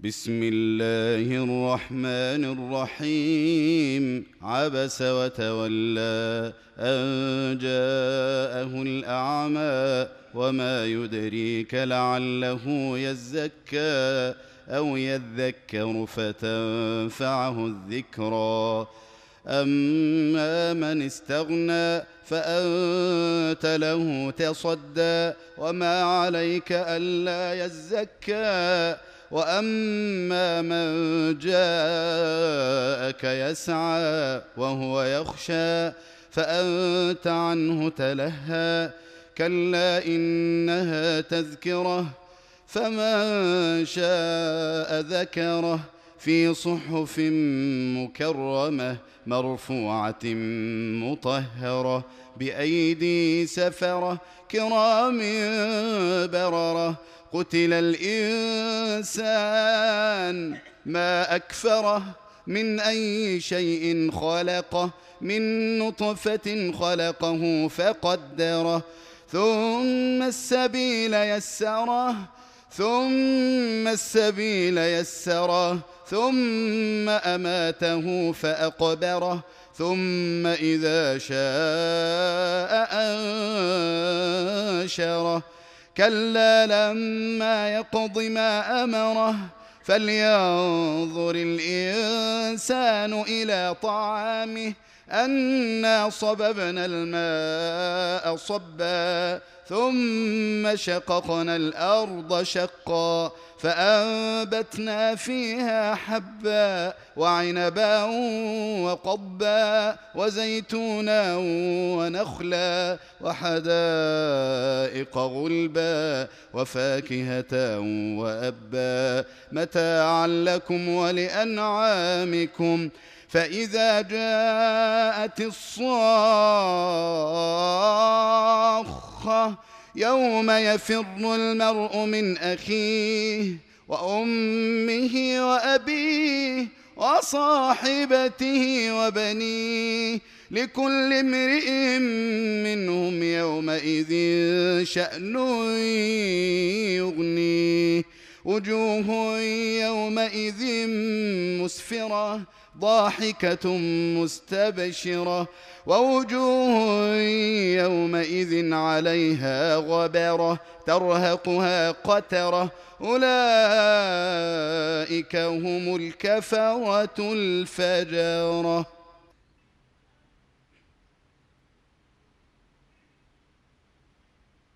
بسم الله الرحمن الرحيم. عبس وتولى أن جاءه الأعمى وما يدريك لعله يزكى أو يذكر فتنفعه الذكرى. أما من استغنى فأنت له تصدى وما عليك ألا يزكى. وأما من جاءك يسعى وهو يخشى فأنت عنه تلهى. كلا إنها تذكرة فمن شاء ذكره في صحف مكرمة مرفوعة مطهرة بأيدي سفرة كرام بررة. قتل الإنسان ما أكفره من أي شيء خلقه من نطفة خلقه فقدره ثم السبيل يسره ثم أماته فأقبره ثم إذا شاء أنشره. كلا لما يقض ما أمره فلينظر الإنسان إلى طعامه أنا صببنا الماء صبا ثم شققنا الأرض شقا فأنبتنا فيها حبا وعنبا وقضبا وزيتونا ونخلا وحدائق غلبا وفاكهة وأبا متاعا لكم ولأنعامكم. فإذا جاءت الصاخة يوم يفر المرء من أخيه وأمه وأبيه وصاحبته وبنيه لكل امرئ منهم يومئذ شأن يغنيه. وجوه يومئذ مسفرة ضاحكة مستبشرة ووجوه يومئذ عليها غبرة ترهقها قترة أولئك هم الكفرة الفجرة.